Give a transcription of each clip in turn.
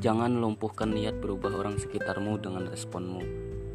Jangan lumpuhkan niat berubah orang sekitarmu dengan responmu.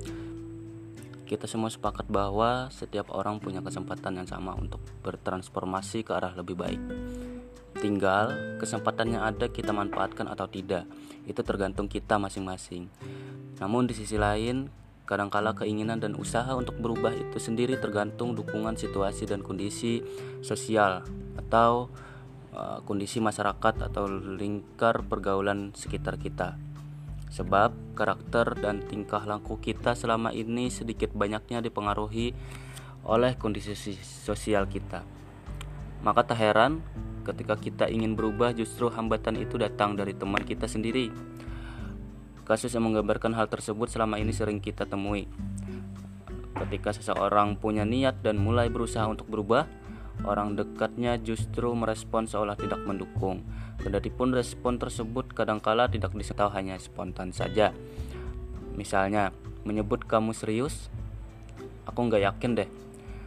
Kita semua sepakat bahwa setiap orang punya kesempatan yang sama untuk bertransformasi ke arah lebih baik. Tinggal kesempatan yang ada kita manfaatkan atau tidak. Itu tergantung kita masing-masing. Namun di sisi lain, kadangkala keinginan dan usaha untuk berubah itu sendiri tergantung dukungan situasi dan kondisi sosial atau kondisi masyarakat atau lingkar pergaulan sekitar kita. Sebab karakter dan tingkah laku kita selama ini sedikit banyaknya dipengaruhi oleh kondisi sosial kita. Maka tak heran ketika kita ingin berubah justru hambatan itu datang dari teman kita sendiri. Kasus yang menggambarkan hal tersebut selama ini sering kita temui. Ketika seseorang punya niat dan mulai berusaha untuk berubah, orang dekatnya justru merespon seolah tidak mendukung. Kendatipun respon tersebut kadangkala tidak disertai hanya spontan saja. Misalnya, menyebut kamu serius? Aku gak yakin deh.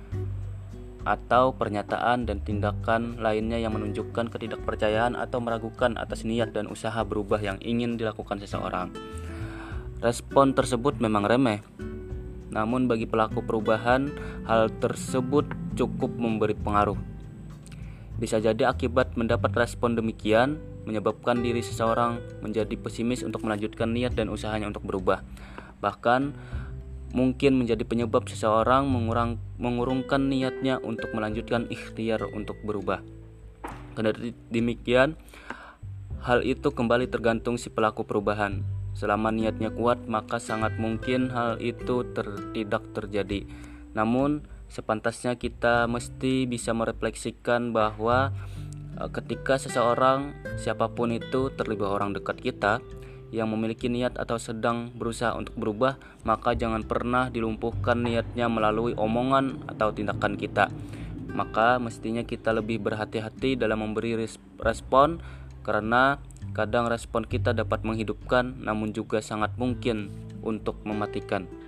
Atau pernyataan dan tindakan lainnya yang menunjukkan ketidakpercayaan atau meragukan atas niat dan usaha berubah yang ingin dilakukan seseorang. Respon tersebut memang remeh. Namun bagi pelaku perubahan, hal tersebut cukup memberi pengaruh. Bisa jadi akibat mendapat respon demikian, menyebabkan diri seseorang menjadi pesimis untuk melanjutkan niat dan usahanya untuk berubah. Bahkan, mungkin menjadi penyebab seseorang mengurungkan niatnya untuk melanjutkan ikhtiar untuk berubah. Kendati demikian, hal itu kembali tergantung si pelaku perubahan. Selama niatnya kuat, maka sangat mungkin hal itu tidak terjadi. Namun, sepantasnya kita mesti bisa merefleksikan bahwa ketika seseorang, siapapun itu, terlebih orang dekat kita, yang memiliki niat atau sedang berusaha untuk berubah, maka jangan pernah dilumpuhkan niatnya melalui omongan atau tindakan kita. Maka mestinya kita lebih berhati-hati dalam memberi respon, karena kadang respon kita dapat menghidupkan, namun juga sangat mungkin untuk mematikan.